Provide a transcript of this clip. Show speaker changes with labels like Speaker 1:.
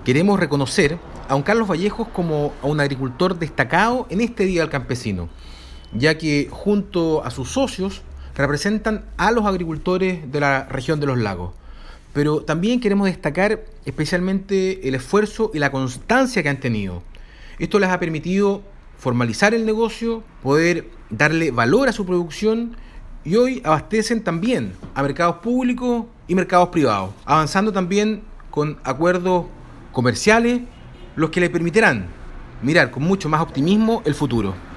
Speaker 1: queremos reconocer a don Carlos Vallejos como a un agricultor destacado en este Día del Campesino, ya que junto a sus socios representan a los agricultores de la región de los lagos. Pero también queremos destacar especialmente el esfuerzo y la constancia que han tenido. Esto les ha permitido formalizar el negocio, poder darle valor a su producción y hoy abastecen también a mercados públicos y mercados privados, avanzando también con acuerdos comerciales, los que le permitirán mirar con mucho más optimismo el futuro.